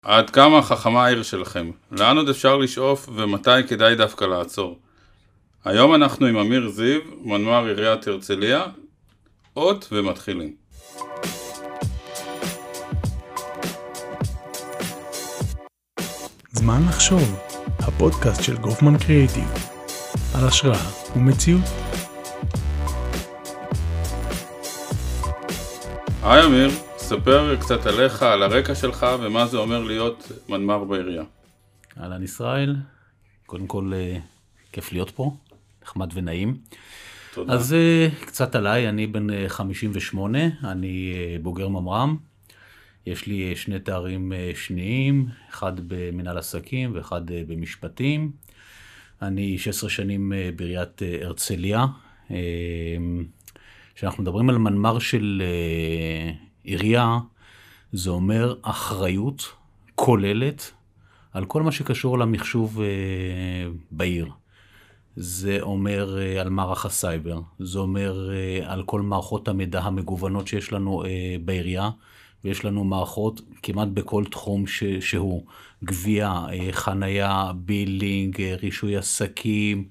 עד כמה חכמה העיר שלכם? לאן עוד אפשר לשאוף ומתי כדאי דווקא לעצור? היום אנחנו עם אמיר זיו, מנמ"ר עיריית הרצליה, אות ומתחילים. זמן לחשוב, הפודקאסט של גופמן קריאיטיב, על השראה ומציאות. היי אמיר, ספר קצת עליך, על הרקע שלך ומה זה אומר להיות מנמ"ר בעירייה. אהלן ישראל, קודם כל כיף להיות פה, נחמד ונעים. תודה. אז קצת עליי, אני בן 58, אני בוגר ממר"ם, יש לי שני תארים שניים, אחד במנהל עסקים ואחד במשפטים. אני 16 שנים בעיריית הרצליה. כשאנחנו מדברים על מנמ"ר של עירייה, זה אומר אחריות כוללת על כל מה שקשור למחשוב בעיר. זה אומר על מערך הסייבר, זה אומר על כל מערכות המידע המגוונות שיש לנו בעירייה, ויש לנו מערכות כמעט בכל תחום שהוא גבייה, חנייה, בילינג, רישוי עסקים,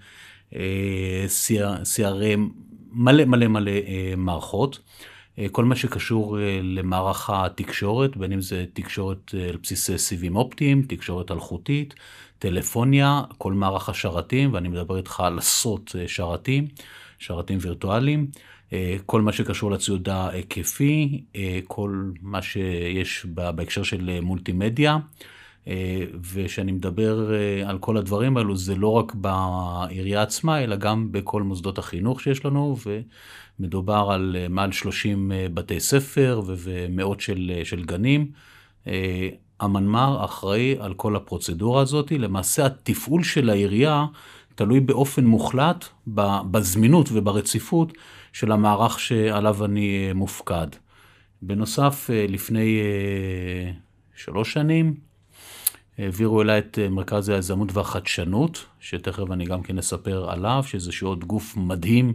CRM, מלא מערכות. כל מה שקשור למערך התקשורת, בין אם זה תקשורת על בסיס סיבים אופטיים, תקשורת אלחוטית, טלפוניה, כל מערך השרתים, ואני מדבר איתך על עשרות שרתים וירטואליים, כל מה שקשור לציוד ההיקפי, כל מה שיש בהקשר של מולטימדיה, ושאני מדבר על כל הדברים האלו, זה לא רק בעירייה עצמה, אלא גם בכל מוסדות החינוך שיש לנו, ומדובר על מעל 30 בתי ספר ומאות של גנים. המנמ"ר אחראי על כל הפרוצדורה הזאת. למעשה התפעול של העירייה תלוי באופן מוחלט בזמינות וברציפות של המערך שעליו אני מופקד. בנוסף, לפני 3 שנים, העבירו אליי את מרכז היזמות והחדשנות, שתכף אני גם כן אספר עליו, שזה עוד גוף מדהים,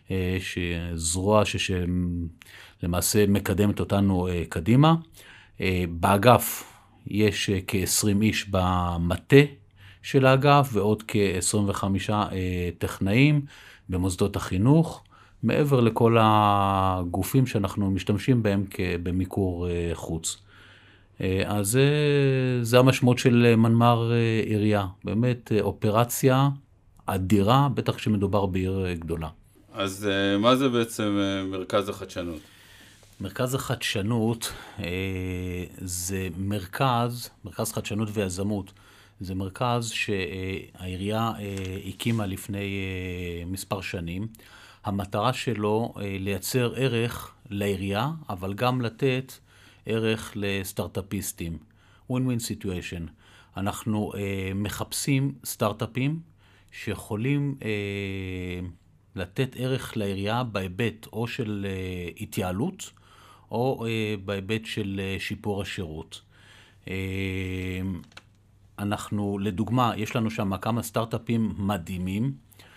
שזרוע שלמעשה מקדמת אותנו קדימה. באגף יש כ-20 איש במטה של האגף, ועוד כ-25 טכנאים במוסדות החינוך, מעבר לכל הגופים שאנחנו משתמשים בהם במיקור חוץ. אז זה המשמעות של מנמ"ר עירייה, באמת אופרציה אדירה, בטח שמדובר בעיר גדולה. אז מה זה בעצם מרכז החדשנות? מרכז החדשנות זה מרכז חדשנות ויזמות. זה מרכז שהעירייה הקימה לפני מספר שנים. המטרה שלו לייצר ערך לעירייה, אבל גם לתת ערך לסטארט-אפיסטים. win-win situation. אנחנו מחפשים סטארט-אפים שיכולים לתת ערך לעירייה בהיבט או של התייעלות, או בהיבט של שיפור השירות. אנחנו, לדוגמה, יש לנו שם כמה סטארט-אפים מדהימים,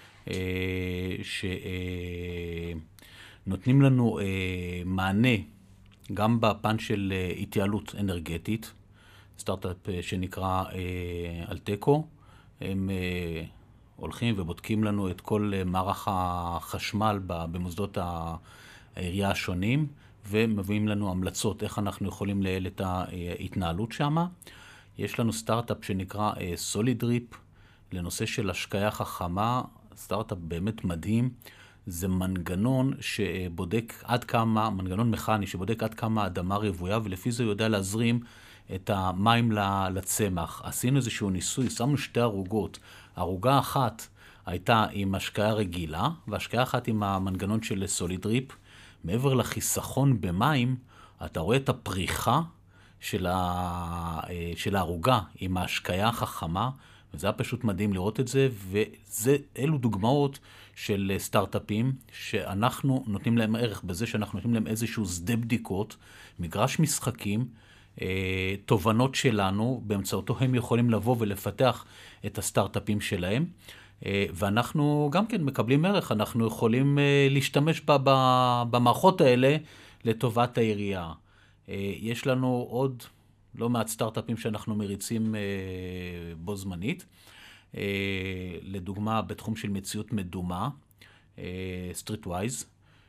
שנותנים לנו מענה גם בפן של התייעלות אנרגטית, סטארט-אפ שנקרא אלטקו. הם הולכים ובודקים לנו את כל מערך החשמל במוסדות העירייה השונים, ומביאים לנו המלצות איך אנחנו יכולים לייעל את ההתנהלות שם. יש לנו סטארט-אפ שנקרא סולידריפ, לנושא של השקיה חכמה, סטארט-אפ באמת מדהים. זה מנגנון שבודק עד כמה, מנגנון מכני שבודק עד כמה האדמה רוויה, ולפי זה הוא יודע להזרים את המים לצמח. עשינו איזשהו ניסוי, שמנו 2 ערוגות. ערוגה אחת הייתה עם השקיה רגילה, והשקיה אחת עם המנגנון של סולידריפ. מעבר לחיסכון במים, אתה רואה את הפריחה של הערוגה עם ההשקיה החכמה, וזה היה פשוט מדהים לראות את זה, ואלו דוגמאות של סטארט-אפים שאנחנו נותנים להם ערך בזה שאנחנו נותנים להם איזשהו שדה בדיקות, מגרש משחקים, תובנות שלנו, באמצעותו הם יכולים לבוא ולפתח את הסטארט-אפים שלהם, ואנחנו גם כן מקבלים ערך, אנחנו יכולים להשתמש במערכות האלה לטובת העירייה. יש לנו עוד לא מעט סטארט-אפים שאנחנו מריצים בו זמנית. לדוגמה, בתחום של מציאות מדומה, Streetwise,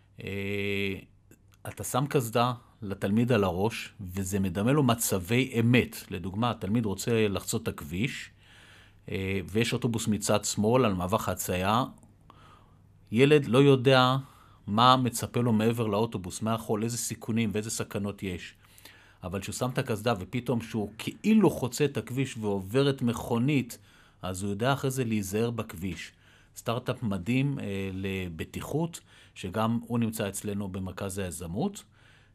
אתה שם קסדה לתלמיד על הראש, וזה מדמה לו מצבי אמת. לדוגמה, התלמיד רוצה לחצות את הכביש, ויש אוטובוס מצד שמאל על מעבר חצייה, ילד לא יודע מה מצפה לו מעבר לאוטובוס, מה יכול, איזה סיכונים ואיזה סכנות יש. אבל כשהוא שם את הקסדה ופתאום שהוא כאילו חוצה את הכביש ועוברת מכונית, אז הוא יודע אחרי זה להיזהר בכביש. סטארט-אפ מדהים לבטיחות, שגם הוא נמצא אצלנו במרכז היזמות.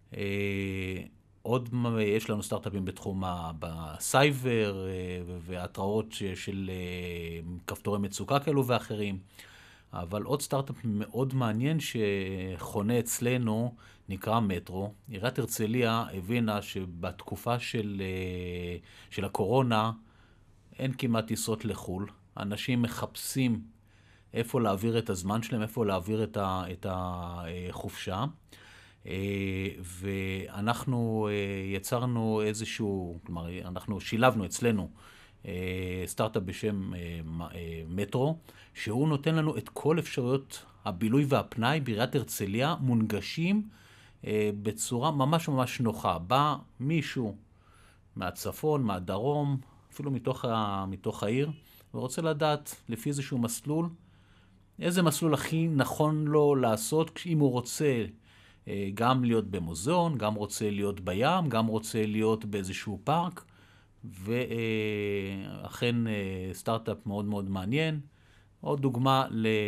עוד יש לנו סטארט-אפים בתחום בסייבר והתראות של כפתורי מצוקה כאלו ואחרים. אבל עוד סטארט-אפ מאוד מעניין שחונה אצלנו נקרא מטרו. עיריית הרצליה הבינה שבתקופה של הקורונה אין כמעט טיסות לחול. אנשים מחפשים איפה להעביר את הזמן שלהם, איפה להעביר את החופשה. ואנחנו יצרנו איזשהו, כלומר, אנחנו שילבנו אצלנו סטארט-אפ בשם מטרו, שהוא נותן לנו את כל אפשרויות הבילוי והפנאי בעיריית הרצליה מונגשים בצורה ממש ממש נוחה. בא מישהו מהצפון, מהדרום, אפילו מתוך העיר, ורוצה לדעת לפי איזשהו מסלול, איזה מסלול הכי נכון לו לעשות, אם הוא רוצה גם להיות במוזיאון, גם רוצה להיות בים, גם רוצה להיות באיזשהו פארק, ואכן סטארט-אפ מאוד מאוד מעניין. עוד דוגמה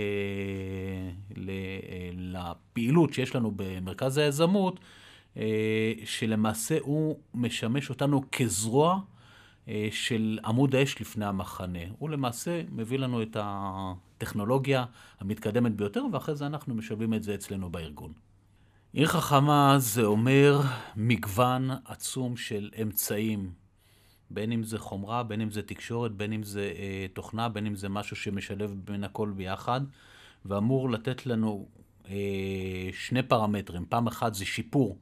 לפעילות שיש לנו במרכז היזמות, שלמעשה הוא משמש אותנו כזרוע של עמוד האש לפני המחנה. הוא למעשה מביא לנו את הטכנולוגיה המתקדמת ביותר, ואחרי זה אנחנו משלבים את זה אצלנו בארגון. עיר חכמה זה אומר מגוון עצום של אמצעים, בין אם זה חומרה, בין אם זה תקשורת, בין אם זה תוכנה, בין אם זה משהו שמשלב בין הכל ביחד, ואמור לתת לנו שני פרמטרים. פעם אחת זה שיפור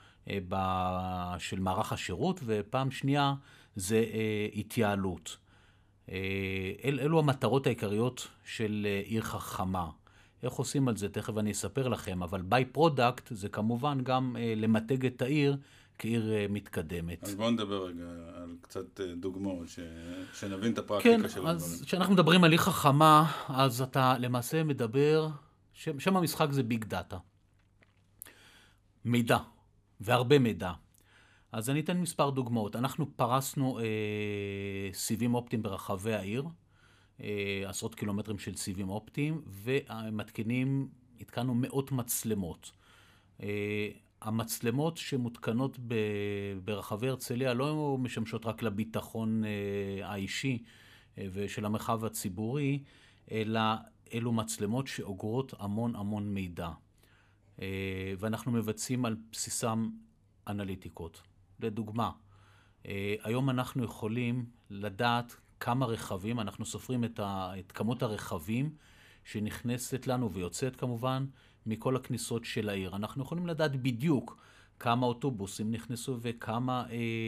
של מערך השירות, ופעם שנייה זה התייעלות. אלו המטרות העיקריות של עיר חכמה. איך עושים על זה? תכף אני אספר לכם, אבל by product זה כמובן גם למתג את העיר כעיר מתקדמת. אז בואו נדבר רגע על קצת דוגמאות, שנבין את הפרקטיקה של הדברים. כן, אז כשאנחנו מדברים על עיר חכמה, אז אתה למעשה מדבר, שם המשחק זה ביג דאטה. מידע, והרבה מידע. אז אני אתן מספר דוגמאות. אנחנו פרסנו סיבים אופטיים ברחבי העיר, עשרות קילומטרים של סיבים אופטיים, ומתקינים, התקנו מאות מצלמות. המצלמות שמותקנות ברחבי הרצליה לא משמשות רק לביטחון האישי ושל המרחב הציבורי, אלא אלו מצלמות שאוגרות המון המון מידע. ואנחנו מבצעים על בסיסם אנליטיקות. לדוגמה, היום אנחנו יכולים לדעת כמה רכבים, אנחנו סופרים את כמות הרכבים שנכנסת לנו ויוצאת כמובן מכל הכניסות של העיר. אנחנו יכולים לדעת בדיוק כמה אוטובוסים נכנסו וכמה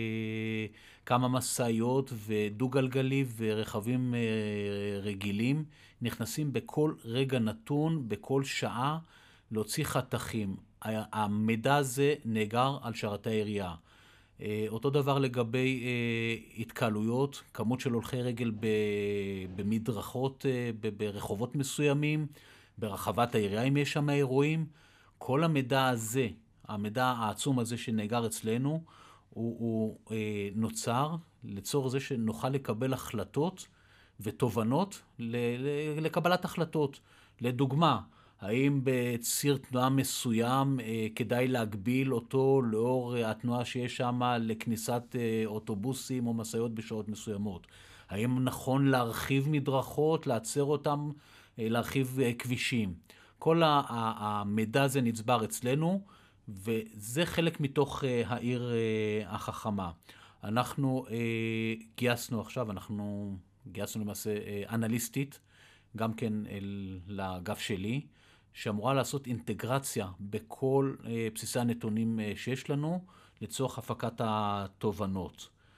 משאיות ודו-גלגלי ורכבים רגילים נכנסים בכל רגע נתון, בכל שעה, להוציא חתכים. המידע הזה נאגר על שרתי העירייה. אותו דבר לגבי התקהלויות, כמות של הולכי רגל במדרכות, ברחובות מסוימים, ברחבת העירייה אם יש שם אירועים. כל המידע הזה, המידע העצום הזה שנאגר אצלנו, הוא נוצר לצורך זה שנוכל לקבל החלטות ותובנות לקבלת החלטות. לדוגמה, האם בציר תנועה מסוים כדאי להגביל אותו לאור התנועה שיש שם לכניסת אוטובוסים או מסעיות בשעות מסוימות? האם נכון להרחיב מדרכות, לעצר אותם, להרחיב כבישים? כל המידע הזה נצבר אצלנו, וזה חלק מתוך העיר החכמה. אנחנו גייסנו למעשה אנליסטית, גם כן לאגף שלי, שאמורה לעשות אינטגרציה בכל בסיסי הנתונים שיש לנו, לצורך הפקת התובנות.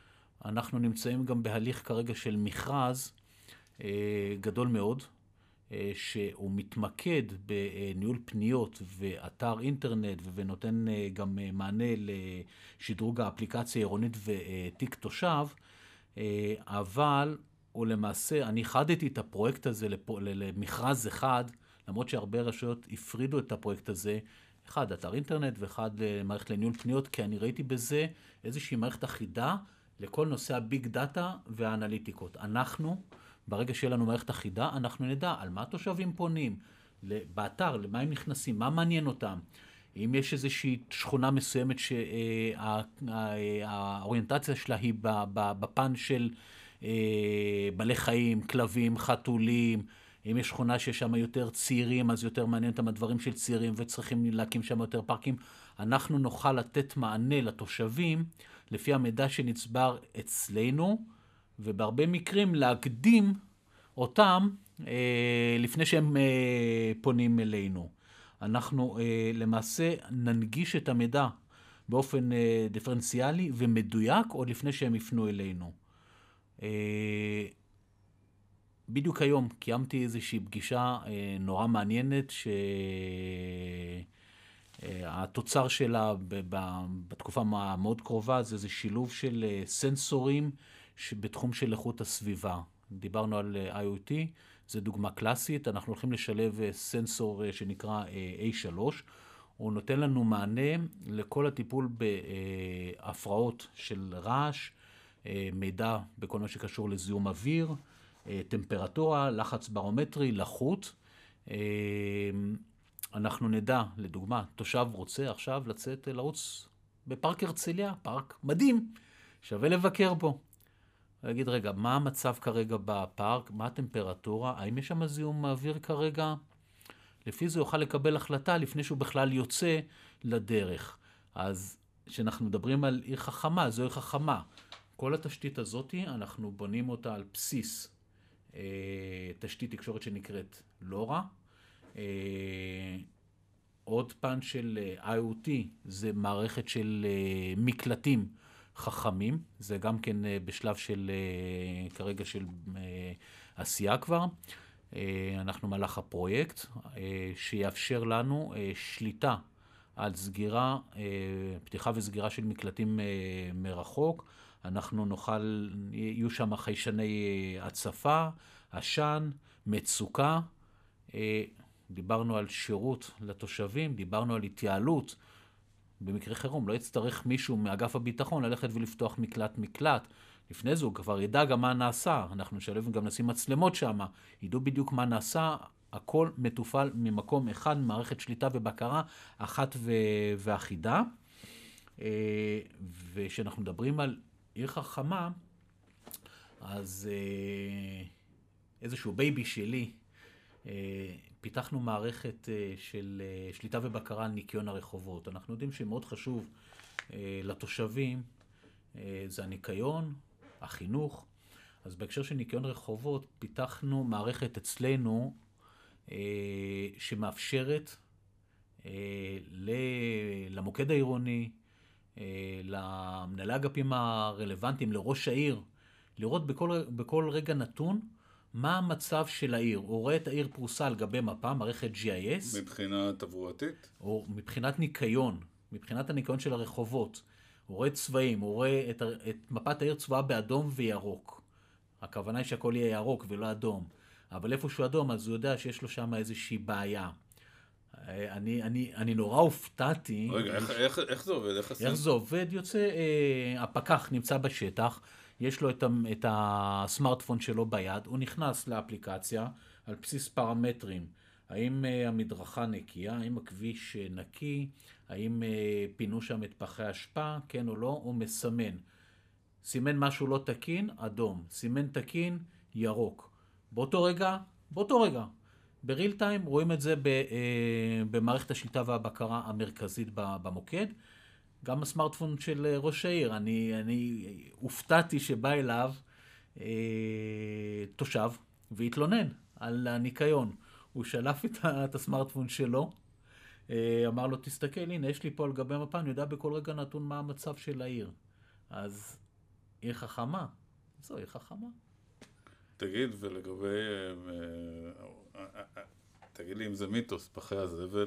אנחנו נמצאים גם בהליך כרגע של מכרז גדול מאוד, שהוא מתמקד בניהול פניות ואתר אינטרנט, ונותן גם מענה לשדרוג האפליקציה העירונית ותיק תושב, אבל הוא למעשה, אני חדתי את הפרויקט הזה למכרז אחד, למרות שהרבה רשויות הפרידו את הפרויקט הזה, אחד אתר אינטרנט ואחד מערכת לניהול פניות, כי אני ראיתי בזה איזושהי מערכת אחידה לכל נושא הביג דאטה והאנליטיקות. אנחנו, ברגע שיהיה לנו מערכת אחידה, אנחנו נדע על מה התושבים פונים, באתר, למה הם נכנסים, מה מעניין אותם. אם יש איזושהי שכונה מסוימת שהאוריינטציה שלה היא בפן של בעלי חיים, כלבים, חתולים, אם יש שכונה שיש שם יותר צעירים, אז יותר מעניין אותם הדברים של צעירים, וצריכים להקים שם יותר פארקים, אנחנו נוכל לתת מענה לתושבים, לפי המידע שנצבר אצלנו, ובהרבה מקרים להקדים אותם לפני שהם פונים אלינו. אנחנו למעשה ננגיש את המידע באופן דיפרנציאלי ומדויק עוד לפני שהם יפנו אלינו. בדיוק היום קיימתי איזושהי פגישה נורא מעניינת שהתוצר שלה בתקופה המאוד קרובה זה שילוב של סנסורים בתחום של איכות הסביבה. דיברנו על IoT, זה דוגמה קלאסית, אנחנו הולכים לשלב סנסור שנקרא A3, הוא נותן לנו מענה לכל הטיפול בהפרעות של רעש, מידע בכל מה שקשור לזיהום אוויר, טמפרטורה, לחץ ברומטרי, לחות. אנחנו נדע, לדוגמה, תושב רוצה עכשיו לצאת לרוץ בפארק הרצליה, פארק מדהים, שווה לבקר בו. להגיד, רגע, מה המצב כרגע בפארק? מה הטמפרטורה? האם יש שם זיהום אוויר כרגע? לפי זה יוכל לקבל החלטה לפני שהוא בכלל יוצא לדרך. אז כשאנחנו מדברים על עיר חכמה, זו עיר חכמה. כל התשתית הזאת, אנחנו בונים אותה על בסיס תשתית תקשורת שנקראת לורה. עוד פן של IoT, זה מערכת של מקלטים חכמים, זה גם כן בשלב של כרגע של עשייה כבר. אנחנו מהלך הפרויקט שיאפשר לנו שליטה על סגירה, פתיחה וסגירה של מקלטים מרחוק. אנחנו נוכל, יהיו שם חיישני הצפה, עשן, מצוקה. דיברנו על שירות לתושבים, דיברנו על התייעלות. במקרה חירום, לא יצטרך מישהו מאגף הביטחון ללכת ולפתוח מקלט. לפני זה הוא כבר ידע גם מה נעשה. אנחנו נשלב גם נשים מצלמות שם, ידעו בדיוק מה נעשה. הכל מתופעל ממקום אחד, מערכת שליטה ובקרה, אחת ואחידה. ושאנחנו מדברים על עיר חכמה, אז איזשהו בייבי שלי, פיתחנו מערכת של שליטה ובקרה על ניקיון הרחובות. אנחנו יודעים שמאוד חשוב לתושבים, זה הניקיון, החינוך. אז בהקשר של ניקיון רחובות, פיתחנו מערכת אצלנו שמאפשרת למוקד העירוני, למנהלי אגפים הרלוונטיים, לראש העיר, לראות בכל רגע נתון מה המצב של העיר. הוא רואה את העיר פרוסה על גבי מפה, מערכת GIS. מבחינה תברואתית? או מבחינת ניקיון, מבחינת הניקיון של הרחובות. הוא רואה צבעים, הוא רואה את מפת העיר צבועה באדום וירוק. הכוונה היא שהכל יהיה ירוק ולא אדום. אבל איפה שהוא אדום, אז הוא יודע שיש לו שם איזושהי בעיה. אני נורא הופתעתי. רגע, איך זה עובד? איך זה עובד? יוצא, הפקח נמצא בשטח, יש לו את הסמארטפון שלו ביד, הוא נכנס לאפליקציה על בסיס פרמטרים. האם המדרכה נקייה, האם הכביש נקי, האם פינו שם את פחי השפעה, כן או לא, הוא מסמן. סימן משהו לא תקין, אדום. סימן תקין, ירוק. באותו רגע, בריל טיים רואים את זה במערכת השליטה והבקרה המרכזית במוקד. גם הסמארטפון של ראש העיר, אני הופתעתי שבא אליו תושב והתלונן על הניקיון. הוא שלף את הסמארטפון שלו, אמר לו, תסתכל, הנה, יש לי פה על גבי מפה, אני יודע בכל רגע נתון מה המצב של העיר. אז עיר חכמה. זו עיר חכמה. תגיד, ולגבי... תגיד לי אם זה מיתוס, פחי הזבל.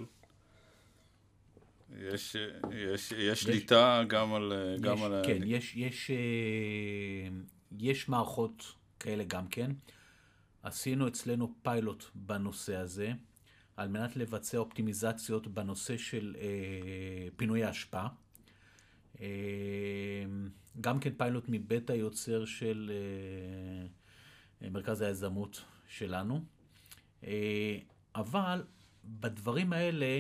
יש שליטה גם על... כן, יש מערכות כאלה גם כן. עשינו אצלנו פיילוט בנושא הזה, על מנת לבצע אופטימיזציות בנושא של פינוי ההשפעה. גם כן פיילוט מבית היוצר של מרכז היזמות שלנו. אבל בדברים האלה,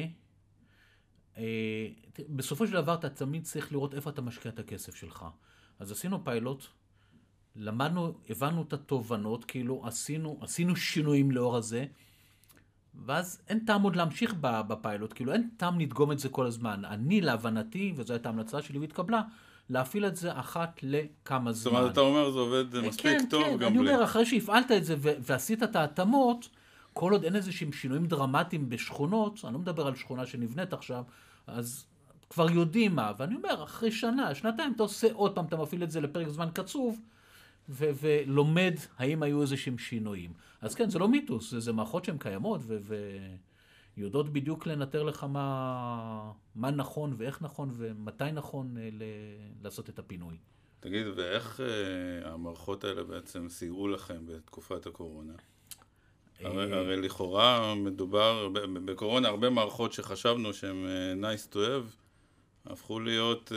בסופו של דבר אתה תמיד צריך לראות איפה אתה משקיע את הכסף שלך. אז עשינו פיילוט, למדנו, הבנו את התובנות, כאילו עשינו שינויים לאור הזה, ואז אין טעם עוד להמשיך בפיילוט, כאילו אין טעם לדגום את זה כל הזמן. אני להבנתי, וזו הייתה המלצה שלי והתקבלה, להפעיל את זה אחת לכמה זמן. זאת אומרת, אתה אומר, זה עובד מספיק טוב גם בלי. כן, אני אומר, אחרי שהפעלת את זה ועשית את ההתאמות, כל עוד אין איזשהם שינויים דרמטיים בשכונות, אני לא מדבר על שכונה שנבנית עכשיו, אז כבר יודעים מה, ואני אומר, אחרי שנה, שנתיים, אתה עושה עוד פעם, אתה מפעיל את זה לפרק זמן קצוב, ולומד האם היו איזשהם שינויים. אז כן, זה לא מיתוס, זה מערכות שהן קיימות, ויודעות בדיוק לנטר לך מה נכון ואיך נכון, ומתי נכון לעשות את הפינוי. תגיד, ואיך המערכות האלה בעצם סייעו לכם בתקופת הקורונה? הרי לכאורה מדובר, בקורונה הרבה מערכות שחשבנו שהן nice to have, הפכו להיות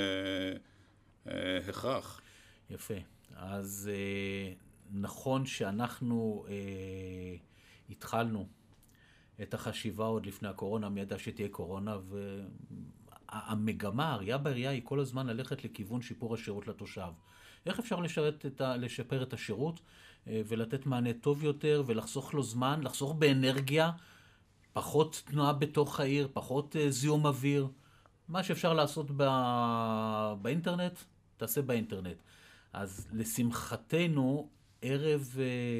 הכרח. יפה. אז נכון שאנחנו התחלנו את החשיבה עוד לפני הקורונה, מי ידע שתהיה קורונה, והמגמה, הראייה בראייה היא כל הזמן ללכת לכיוון שיפור השירות לתושב. איך אפשר לשפר את השירות ולתת מענה טוב יותר ולחסוך לו זמן, לחסוך באנרגיה, פחות תנועה בתוך העיר, פחות זיהום אוויר. מה שאפשר לעשות באינטרנט, תעשה באינטרנט. אז לשמחתנו, ערב,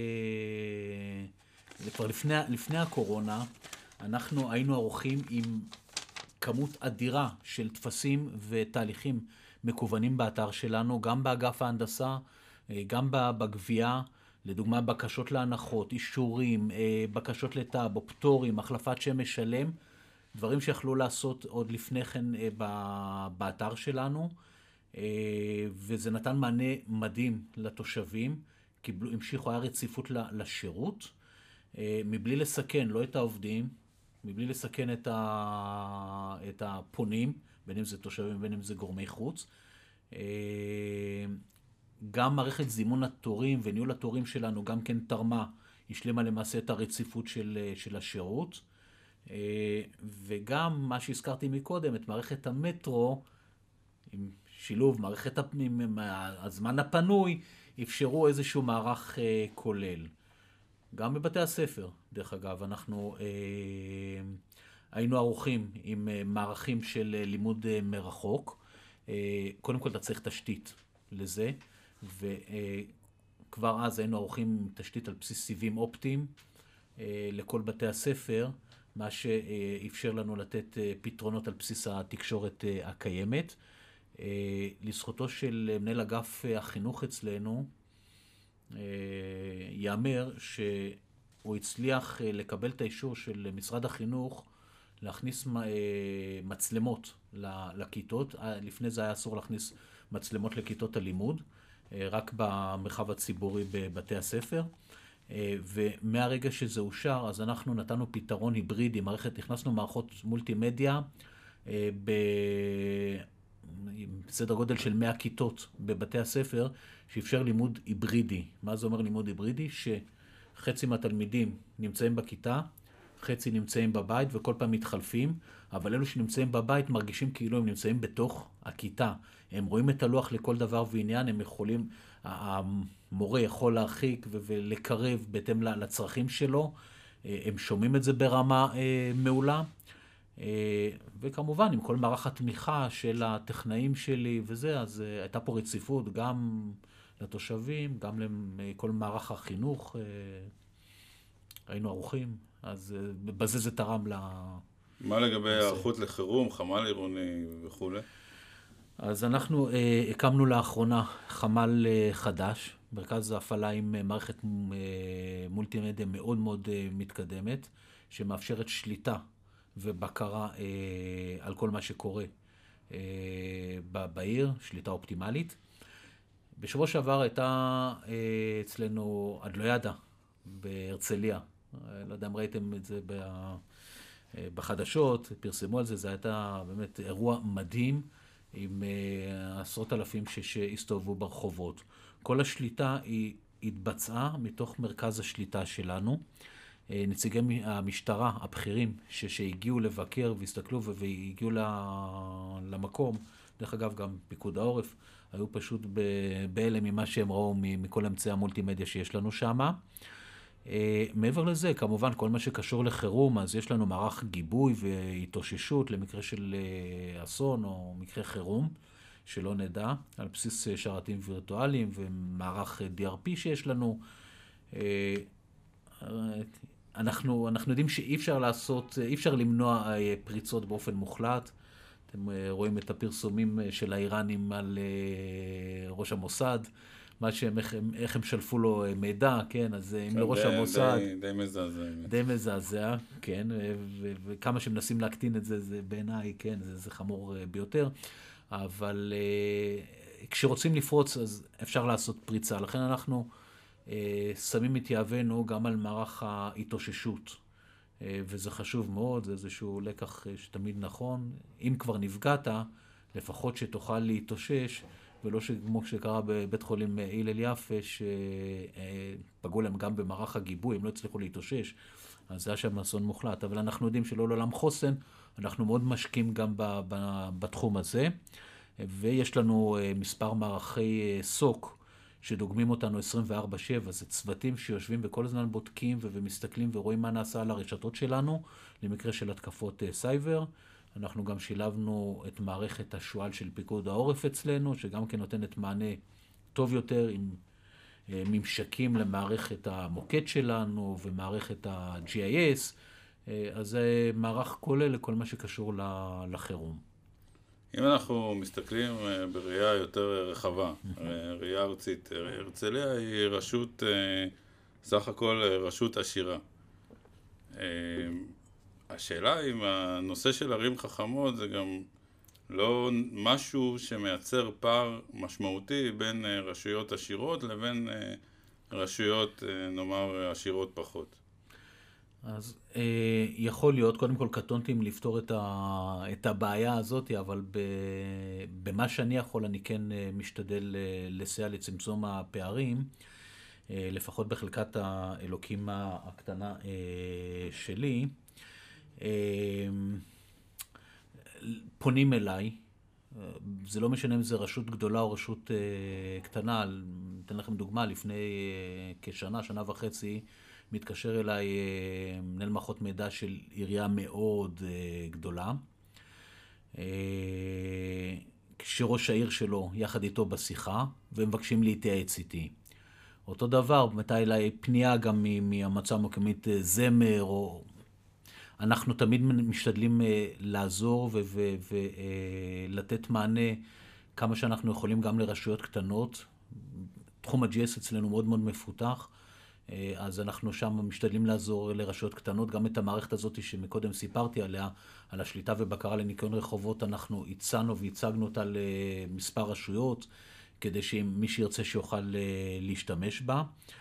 כבר לפני הקורונה, אנחנו היינו ערוכים עם כמות אדירה של תפסים ותהליכים מקוונים באתר שלנו, גם באגף ההנדסה, גם בגבייה, לדוגמה בקשות להנחות, אישורים, בקשות לטאבו, פטורים, החלפת שמש שלם, דברים שיכלו לעשות עוד לפני כן באתר שלנו, וזה נתן מענה מדהים לתושבים, המשיכו, היה רציפות לשירות, מבלי לסכן, לא את העובדים, מבלי לסכן את הפונים, בין אם זה תושבים, בין אם זה גורמי חוץ. גם מערכת זימון התורים וניהול התורים שלנו גם כן תרמה, השלימה למעשה את הרציפות של השירות. וגם מה שהזכרתי מקודם, את מערכת המטרו, עם שילוב מערכת הזמן הפנוי, אפשרו איזשהו מערך כולל. גם בבתי הספר, דרך אגב, אנחנו היינו ערוכים עם מערכים של לימוד מרחוק. קודם כל אתה צריך תשתית לזה, וכבר אז היינו ערוכים עם תשתית על בסיס סיבים אופטיים לכל בתי הספר, מה שאפשר לנו לתת פתרונות על בסיס התקשורת הקיימת. לזכותו של מנהל אגף החינוך אצלנו, יאמר שהוא הצליח לקבל את האישור של משרד החינוך להכניס מצלמות לכיתות. לפני זה היה אסור להכניס מצלמות לכיתות הלימוד, רק במרחב הציבורי בבתי הספר. ומהרגע שזה אושר, אז אנחנו נתנו פתרון היברידי, הכנסנו מערכות מולטימדיה בסדר גודל של 100 כיתות בבתי הספר, שאפשר לימוד היברידי. מה זה אומר לימוד היברידי? שחצי מהתלמידים נמצאים בכיתה, חצי נמצאים בבית וכל פעם מתחלפים, אבל אלו שנמצאים בבית מרגישים כאילו הם נמצאים בתוך הכיתה. הם רואים את הלוח לכל דבר ועניין, הם יכולים, המורה יכול להרחיק ולקרב בהתאם לצרכים שלו, הם שומעים את זה ברמה מעולה. וכמובן עם כל מערך התמיכה של הטכנאים שלי וזה, אז הייתה פה רציפות גם לתושבים, גם לכל מערך החינוך, היינו ערוכים, אז בזה זה תרם מה לגבי הערכות לחירום, חמ"ל עירוני וכו'? אז אנחנו הקמנו לאחרונה חמ"ל חדש, מרכז ההפעלה עם מערכת מולטימדיה מאוד מאוד מתקדמת, שמאפשרת שליטה ובקרה על כל מה שקורה בעיר, שליטה אופטימלית. בשבוע שעבר הייתה אצלנו אדלוידה בהרצליה. לא יודע אם ראיתם את זה בחדשות, פרסמו על זה, זה הייתה באמת אירוע מדהים עם עשרות אלפים שהסתובבו ברחובות. כל השליטה היא התבצעה מתוך מרכז השליטה שלנו. נציגי המשטרה, הבכירים, שהגיעו לבקר והסתכלו והגיעו למקום, דרך אגב גם פיקוד העורף, היו פשוט בהלם ממה שהם ראו מכל אמצעי המולטימדיה שיש לנו שם. מעבר לזה, כמובן, כל מה שקשור לחירום, אז יש לנו מערך גיבוי והתאוששות למקרה של אסון או מקרה חירום, שלא נדע, על בסיס שרתים וירטואליים ומערך DRP שיש לנו. אנחנו יודעים שאי אפשר למנוע פריצות באופן מוחלט. אתם רואים את הפרסומים של האיראנים על ראש המוסד, איך הם שלפו לו מידע, כן, אז אם לראש המוסד... די מזעזע. די מזעזע, כן, וכמה שמנסים להקטין את זה, זה בעיניי, כן, זה חמור ביותר, אבל כשרוצים לפרוץ, אז אפשר לעשות פריצה, לכן אנחנו שמים את יהבנו גם על מערך ההתאוששות, וזה חשוב מאוד, זה איזשהו לקח שתמיד נכון, אם כבר נפגעת, לפחות שתוכל להתאושש, ולא כמו שקרה בבית חולים הלל יפה, שפגעו להם גם במערך הגיבוי, הם לא הצליחו להתאושש, אז זה היה שם אסון מוחלט, אבל אנחנו יודעים שלא לעולם חוסן, אנחנו מאוד משקיעים גם בתחום הזה, ויש לנו מספר מערכי סוק, שדוגמים אותנו 24/7, זה צוותים שיושבים וכל הזמן בודקים ומסתכלים ורואים מה נעשה על הרשתות שלנו, למקרה של התקפות סייבר. אנחנו גם שילבנו את מערכת השואל של פיקוד העורף אצלנו, שגם כן נותנת מענה טוב יותר עם ממשקים למערכת המוקד שלנו ומערכת ה-GIS, אז זה מערך כולל לכל מה שקשור לחירום. אם אנחנו מסתכלים בראייה יותר רחבה, ראייה ארצית, הרצליה היא רשות, סך הכל רשות עשירה. השאלה אם הנושא של ערים חכמות זה גם לא משהו שמייצר פער משמעותי בין רשויות עשירות לבין רשויות, נאמר, עשירות פחות. אז יכול להיות, קודם כל קטונתי אם לפתור את הבעיה הזאת, אבל במה שאני יכול אני כן משתדל לסייע לצמצום הפערים, לפחות בחלקת האלוקים הקטנה שלי. פונים אליי, זה לא משנה אם זה רשות גדולה או רשות קטנה, אתן לכם דוגמה, לפני כשנה, שנה וחצי, מתקשר אליי מנהל מערכות מידע של עירייה מאוד גדולה, כשראש העיר שלו יחד איתו בשיחה, ומבקשים להתייעץ איתי. אותו דבר, מתי אליי פנייה גם מהמועצה המקומית זמר, או... אנחנו תמיד משתדלים לעזור ולתת מענה כמה שאנחנו יכולים גם לרשויות קטנות. תחום ה-GS אצלנו מאוד מאוד מפותח, אז אנחנו שם משתדלים לעזור לרשויות קטנות. גם את המערכת הזאת שמקודם סיפרתי עליה, על השליטה ובקרה לניקיון רחובות, אנחנו הצענו והצגנו אותה למספר רשויות, כדי שמי שירצה שיוכל להשתמש בה.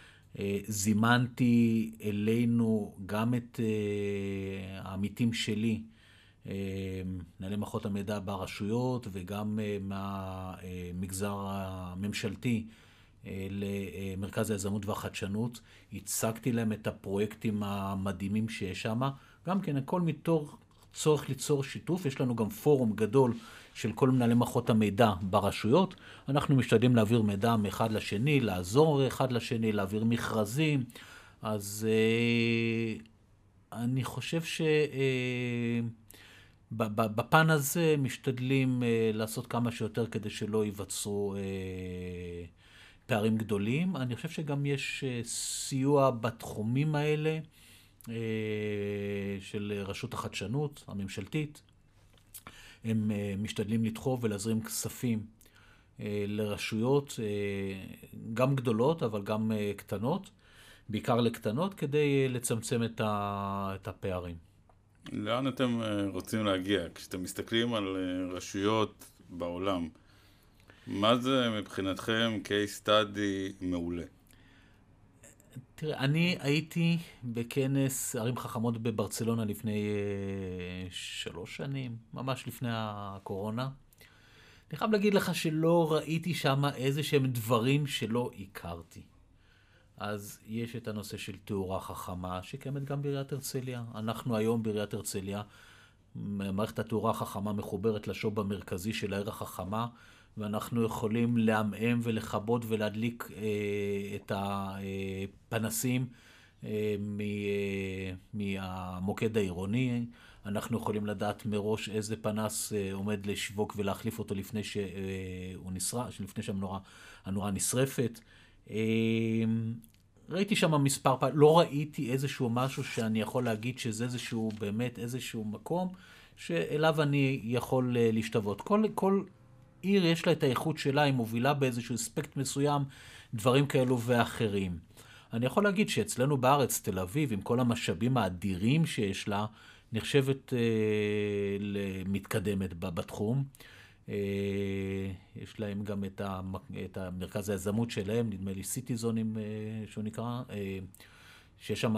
זימנתי אלינו גם את העמיתים שלי, מנהלי מערכות המידע ברשויות וגם מהמגזר הממשלתי למרכז היזמות והחדשנות. הצגתי להם את הפרויקטים המדהימים שיש שם, גם כן הכל מתוך צורך ליצור שיתוף. יש לנו גם פורום גדול של כל מנהלי מערכות המידע ברשויות. אנחנו משתדלים להעביר מידע מאחד לשני, לעזור אחד לשני, להעביר מכרזים. אז אני חושב שבפן הזה משתדלים לעשות כמה שיותר כדי שלא ייווצרו פערים גדולים. אני חושב שגם יש סיוע בתחומים האלה של רשות החדשנות הממשלתית. הם משתדלים לדחוף ולהזרים כספים לרשויות, גם גדולות אבל גם קטנות, בעיקר לקטנות, כדי לצמצם את הפערים. לאן אתם רוצים להגיע? כשאתם מסתכלים על רשויות בעולם, מה זה מבחינתכם case study מעולה? תראה, אני הייתי בכנס ערים חכמות בברצלונה לפני 3 שנים, ממש לפני הקורונה. אני חייב להגיד לך שלא ראיתי שם איזה שהם דברים שלא הכרתי. אז יש את הנושא של תאורה חכמה, שקיימת גם בעיריית הרצליה. אנחנו היום בעיריית הרצליה, מערכת התאורה החכמה מחוברת לשוב המרכזי של העיר החכמה, ואנחנו יכולים להמם ולכבות ולהדליק את הפנסים מהמוקד העירוני. אנחנו יכולים לדעת מראש איזה פנס עומד לשיווק ולהחליף אותו לפני שהנורה נשרפת. ראיתי שם מספר פעמים, לא ראיתי איזשהו משהו שאני יכול להגיד שזה איזשהו באמת איזשהו מקום שאליו אני יכול להשתוות. כל עיר יש לה את האיכות שלה, היא מובילה באיזשהו אספקט מסוים, דברים כאלו ואחרים. אני יכול להגיד שאצלנו בארץ, תל אביב, עם כל המשאבים האדירים שיש לה, נחשבת מתקדמת בתחום. יש להם גם את המרכז היזמות שלהם, נדמה לי סיטיזונים שהוא נקרא, שיש שם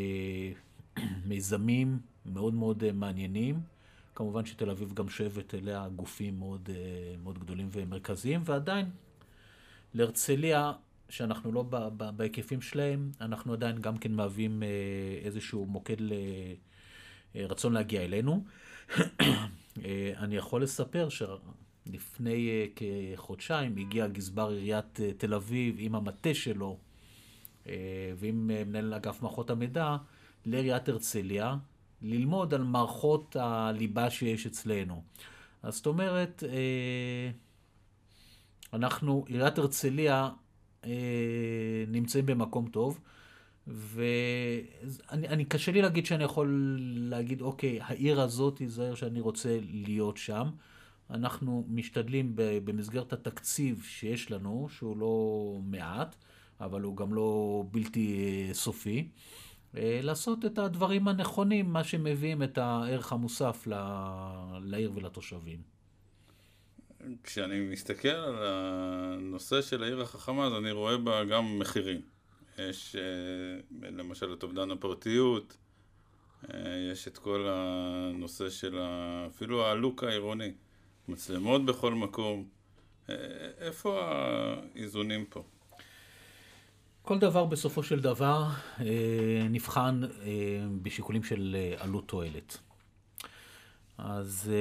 מיזמים מאוד מאוד מעניינים. כמובן שתל אביב גם שואבת אליה גופים מאוד, מאוד גדולים ומרכזיים, ועדיין להרצליה, שאנחנו לא בהיקפים שלהם, אנחנו עדיין גם כן מהווים איזשהו מוקד רצון להגיע אלינו. אני יכול לספר שלפני כחודשיים הגיע גזבר עיריית תל אביב עם המטה שלו ועם מנהל אגף מערכות המידע לעיריית הרצליה ללמוד על מערכות הליבה שיש אצלנו. אז זאת אומרת, אנחנו, עיריית הרצליה, נמצאים במקום טוב, ואני קשה לי להגיד שאני יכול להגיד, אוקיי, העיר הזאת היא זו העיר שאני רוצה להיות שם. אנחנו משתדלים במסגרת התקציב שיש לנו, שהוא לא מעט, אבל הוא גם לא בלתי סופי, לעשות את הדברים הנכונים, מה שמביאים את הערך המוסף לעיר ולתושבים. כשאני מסתכל על הנושא של העיר החכמה, אז אני רואה בה גם מחירים. יש למשל את אובדן הפרטיות, יש את כל הנושא של אפילו הלוק העירוני, מצלמות בכל מקום. איפה האיזונים פה? כל דבר בסופו של דבר נבחן בשיקולים של עלות תועלת. אז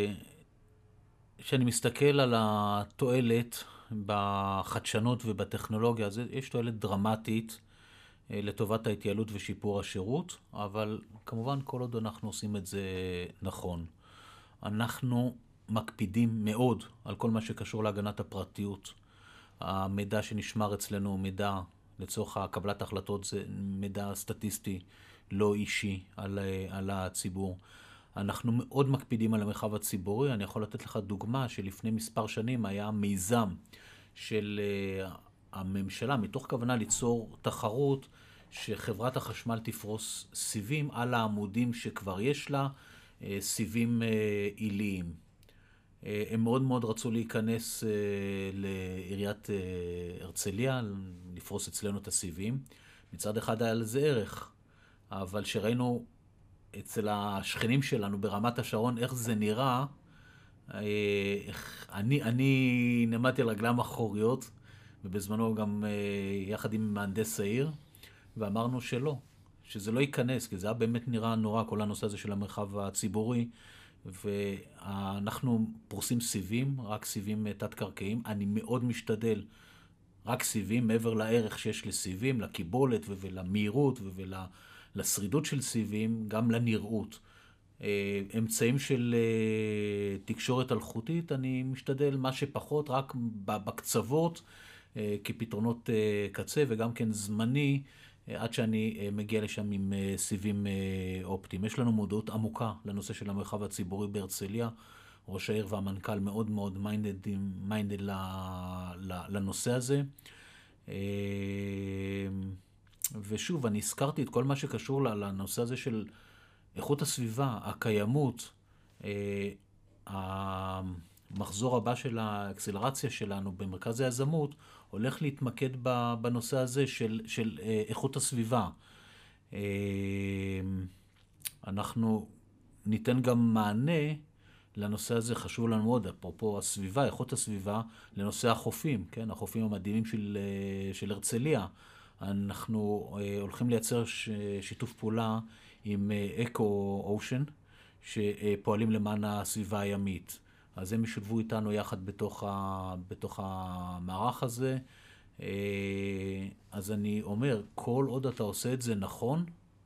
כשאני מסתכל על התועלת בחדשנות ובטכנולוגיה, אז יש תועלת דרמטית לטובת ההתייעלות ושיפור השירות, אבל כמובן כל עוד אנחנו עושים את זה נכון. אנחנו מקפידים מאוד על כל מה שקשור להגנת הפרטיות. המידע שנשמר אצלנו הוא מידע לצורך קבלת ההחלטות, זה מידע סטטיסטי, לא אישי על הציבור. אנחנו מאוד מקפידים על המרחב הציבורי. אני יכול לתת לך דוגמה שלפני מספר שנים היה מיזם של הממשלה, מתוך כוונה ליצור תחרות שחברת החשמל תפרוס סיבים על העמודים שכבר יש לה, סיבים עיליים. הם מאוד מאוד רצו להיכנס לעיריית הרצליה, לפרוס אצלנו את הסיבים. מצד אחד היה לזה ערך, אבל שראינו אצל השכנים שלנו ברמת השרון איך זה נראה, אני נעמדתי על רגליים אחוריות, ובזמנו גם יחד עם מהנדס העיר, ואמרנו שלא, שזה לא ייכנס, כי זה היה באמת נראה נורא, כל הנושא הזה של המרחב הציבורי, ואנחנו פורסים סיבים, רק סיבים תת-קרקעיים. אני מאוד משתדל, רק סיבים, מעבר לערך שיש לסיבים, לקיבולת ולמהירות ולשרידות של סיבים, גם לנראות. אמצעים של תקשורת אלחוטית, אני משתדל מה שפחות, רק בקצוות, כפתרונות קצה, וגם כן זמני, עד שאני מגיע לשם עם סיבים אופטיים. יש לנו מודעות עמוקה לנושא של המרחב הציבורי בהרצליה. ראש העיר והמנכ"ל מאוד מאוד מיינדד לנושא הזה. ושוב, אני הזכרתי את כל מה שקשור לנושא הזה של איכות הסביבה, הקיימות, המחזור הבא של האקסלרציה שלנו במרכז היזמות, הולך להתמקד בנושא הזה של איכות הסביבה. אנחנו ניתן גם מענה לנושא הזה, חשוב לנו מאוד, אפרופו הסביבה, איכות הסביבה, לנושא החופים, כן? החופים המדהימים של הרצליה. אנחנו הולכים לייצר שיתוף פעולה עם אקו אושן, שפועלים למען הסביבה הימית. אז הם ישולבו איתנו יחד בתוך המערך הזה. אז אני אומר, כל עוד אתה עושה את זה נכון,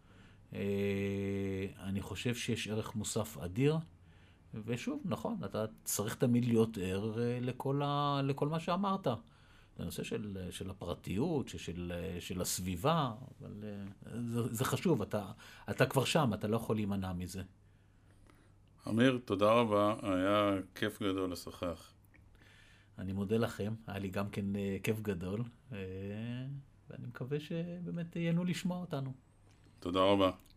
אני חושב שיש ערך מוסף אדיר. ושוב, נכון, אתה צריך תמיד להיות ער לכל מה שאמרת. זה נושא של הפרטיות, של הסביבה, אבל זה חשוב, אתה כבר שם, אתה לא יכול להימנע מזה. אמיר, תודה רבה, היה כיף גדול לשוחח. אני מודה לכם, היה לי גם כן כיף גדול, ואני מקווה שבאמת ייהנו לשמוע אותנו. תודה רבה.